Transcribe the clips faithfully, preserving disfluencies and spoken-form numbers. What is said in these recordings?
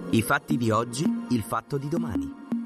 I fatti di oggi, il fatto di domani.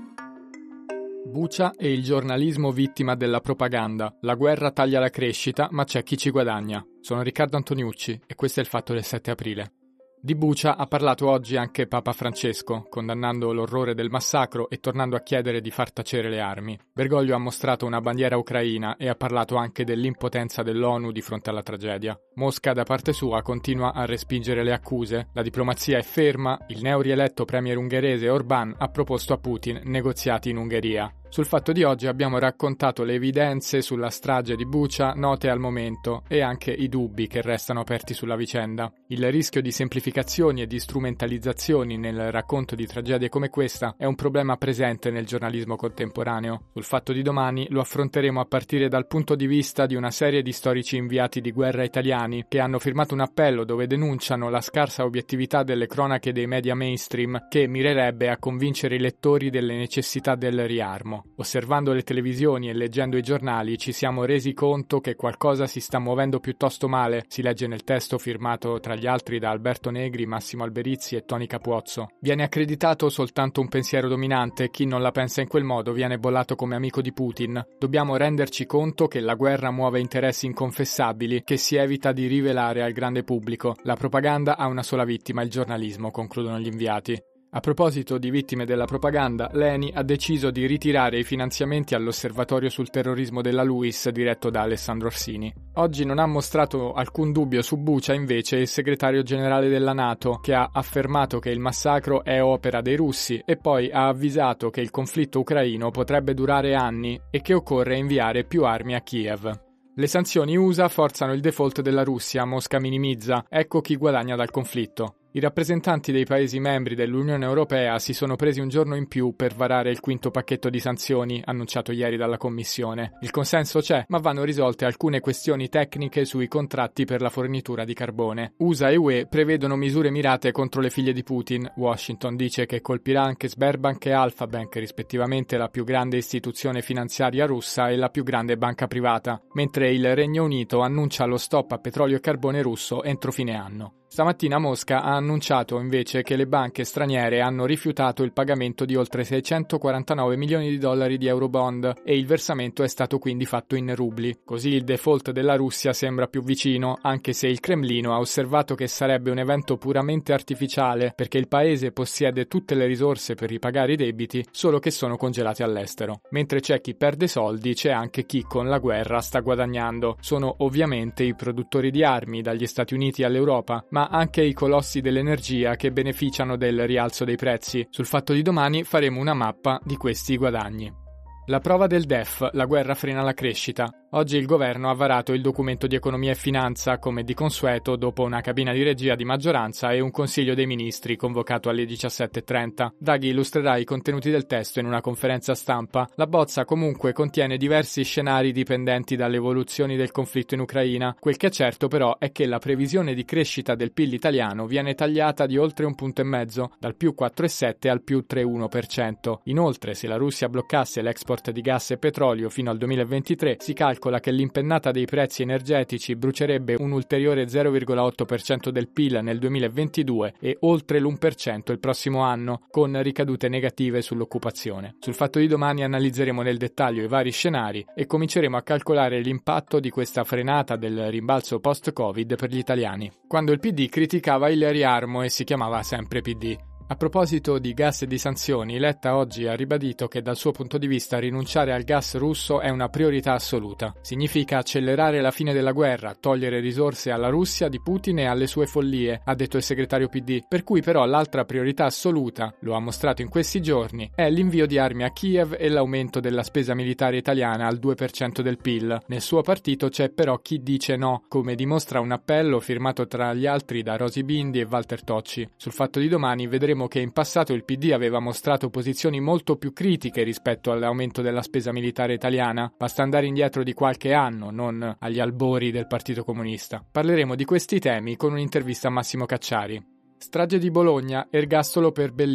Bucha e il giornalismo vittima della propaganda. La guerra taglia la crescita, ma c'è chi ci guadagna. Sono Riccardo Antoniucci e questo è il fatto del sette aprile. Di Bucha ha parlato oggi anche Papa Francesco, condannando l'orrore del massacro e tornando a chiedere di far tacere le armi. Bergoglio ha mostrato una bandiera ucraina e ha parlato anche dell'impotenza dell'ONU di fronte alla tragedia. Mosca, da parte sua, continua a respingere le accuse, la diplomazia è ferma, il neorieletto premier ungherese Orbán ha proposto a Putin negoziati in Ungheria. Sul fatto di oggi abbiamo raccontato le evidenze sulla strage di Bucha note al momento e anche i dubbi che restano aperti sulla vicenda. Il rischio di semplificazioni e di strumentalizzazioni nel racconto di tragedie come questa è un problema presente nel giornalismo contemporaneo. Sul fatto di domani lo affronteremo a partire dal punto di vista di una serie di storici inviati di guerra italiani che hanno firmato un appello dove denunciano la scarsa obiettività delle cronache dei media mainstream che mirerebbe a convincere i lettori delle necessità del riarmo. Osservando le televisioni e leggendo i giornali ci siamo resi conto che qualcosa si sta muovendo piuttosto male, si legge nel testo firmato tra gli altri da Alberto Negri, Massimo Alberizzi e Toni Capuozzo. Viene accreditato soltanto un pensiero dominante, chi non la pensa in quel modo viene bollato come amico di Putin. Dobbiamo renderci conto che la guerra muove interessi inconfessabili che si evita di rivelare al grande pubblico. La propaganda ha una sola vittima, il giornalismo, concludono gli inviati. A proposito di vittime della propaganda, l'Eni ha deciso di ritirare i finanziamenti all'osservatorio sul terrorismo della LUISS diretto da Alessandro Orsini. Oggi non ha mostrato alcun dubbio su Bucha invece il segretario generale della NATO, che ha affermato che il massacro è opera dei russi e poi ha avvisato che il conflitto ucraino potrebbe durare anni e che occorre inviare più armi a Kiev. Le sanzioni U S A forzano il default della Russia, Mosca minimizza, ecco chi guadagna dal conflitto. I rappresentanti dei Paesi membri dell'Unione Europea si sono presi un giorno in più per varare il quinto pacchetto di sanzioni annunciato ieri dalla Commissione. Il consenso c'è, ma vanno risolte alcune questioni tecniche sui contratti per la fornitura di carbone. U S A e U E prevedono misure mirate contro le figlie di Putin. Washington dice che colpirà anche Sberbank e Alfa-Bank, rispettivamente la più grande istituzione finanziaria russa e la più grande banca privata, mentre il Regno Unito annuncia lo stop a petrolio e carbone russo entro fine anno. Stamattina Mosca ha annunciato invece che le banche straniere hanno rifiutato il pagamento di oltre seicentoquarantanove milioni di dollari di eurobond e il versamento è stato quindi fatto in rubli. Così il default della Russia sembra più vicino, anche se il Cremlino ha osservato che sarebbe un evento puramente artificiale perché il paese possiede tutte le risorse per ripagare i debiti, solo che sono congelati all'estero. Mentre c'è chi perde soldi, c'è anche chi con la guerra sta guadagnando. Sono ovviamente i produttori di armi, dagli Stati Uniti all'Europa, ma anche i colossi dell'energia che beneficiano del rialzo dei prezzi. Sul fatto di domani faremo una mappa di questi guadagni. La prova del D E F, la guerra frena la crescita. Oggi il governo ha varato il documento di economia e finanza, come di consueto, dopo una cabina di regia di maggioranza e un consiglio dei ministri convocato alle diciassette e trenta. Draghi illustrerà i contenuti del testo in una conferenza stampa. La bozza comunque contiene diversi scenari dipendenti dalle evoluzioni del conflitto in Ucraina. Quel che è certo però è che la previsione di crescita del P I L italiano viene tagliata di oltre un punto e mezzo, dal più quattro virgola sette al più tre virgola uno per cento. Inoltre, se la Russia bloccasse l'export di gas e petrolio fino al duemilaventitré, si calcola che l'impennata dei prezzi energetici brucerebbe un ulteriore zero virgola otto per cento del P I L nel duemilaventidue e oltre l'uno per cento il prossimo anno, con ricadute negative sull'occupazione. Sul fatto di domani analizzeremo nel dettaglio i vari scenari e cominceremo a calcolare l'impatto di questa frenata del rimbalzo post-Covid per gli italiani. Quando il P D criticava il riarmo e si chiamava sempre P D. A proposito di gas e di sanzioni, Letta oggi ha ribadito che dal suo punto di vista rinunciare al gas russo è una priorità assoluta. Significa accelerare la fine della guerra, togliere risorse alla Russia di Putin e alle sue follie, ha detto il segretario P D, per cui però l'altra priorità assoluta, lo ha mostrato in questi giorni, è l'invio di armi a Kiev e l'aumento della spesa militare italiana al due per cento del P I L. Nel suo partito c'è però chi dice no, come dimostra un appello firmato tra gli altri da Rosy Bindi e Walter Tocci. Sul fatto di domani vedremo che in passato il P D aveva mostrato posizioni molto più critiche rispetto all'aumento della spesa militare italiana. Basta andare indietro di qualche anno, non agli albori del Partito Comunista. Parleremo di questi temi con un'intervista a Massimo Cacciari. Strage di Bologna, ergastolo per Bellini.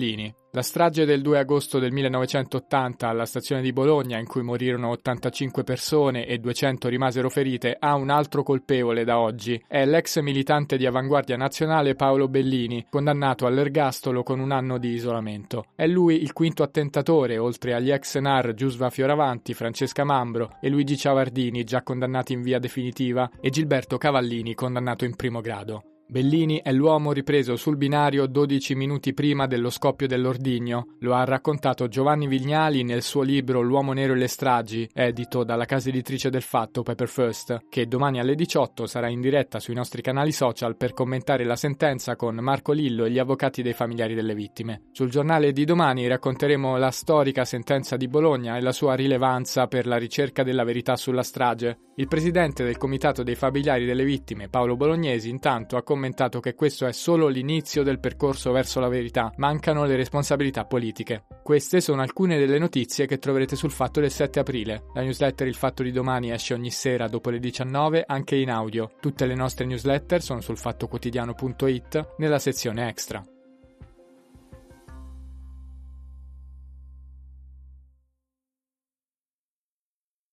La strage del due agosto del millenovecentottanta alla stazione di Bologna, in cui morirono ottantacinque persone e duecento rimasero ferite, ha un altro colpevole da oggi. È l'ex militante di Avanguardia Nazionale Paolo Bellini, condannato all'ergastolo con un anno di isolamento. È lui il quinto attentatore, oltre agli ex N A R Giusva Fioravanti, Francesca Mambro e Luigi Ciavardini, già condannati in via definitiva, e Gilberto Cavallini, condannato in primo grado. Bellini è l'uomo ripreso sul binario dodici minuti prima dello scoppio dell'ordigno. Lo ha raccontato Giovanni Vignali nel suo libro L'uomo nero e le stragi, edito dalla casa editrice del Fatto Paper First, che domani alle diciotto sarà in diretta sui nostri canali social per commentare la sentenza con Marco Lillo e gli avvocati dei familiari delle vittime. Sul giornale di domani racconteremo la storica sentenza di Bologna e la sua rilevanza per la ricerca della verità sulla strage. Il presidente del comitato dei familiari delle vittime, Paolo Bolognesi, intanto ha commentato che questo è solo l'inizio del percorso verso la verità, mancano le responsabilità politiche. Queste sono alcune delle notizie che troverete sul Fatto del sette aprile. La newsletter Il Fatto di Domani esce ogni sera dopo le diciannove, anche in audio. Tutte le nostre newsletter sono sul fattoquotidiano punto it nella sezione extra.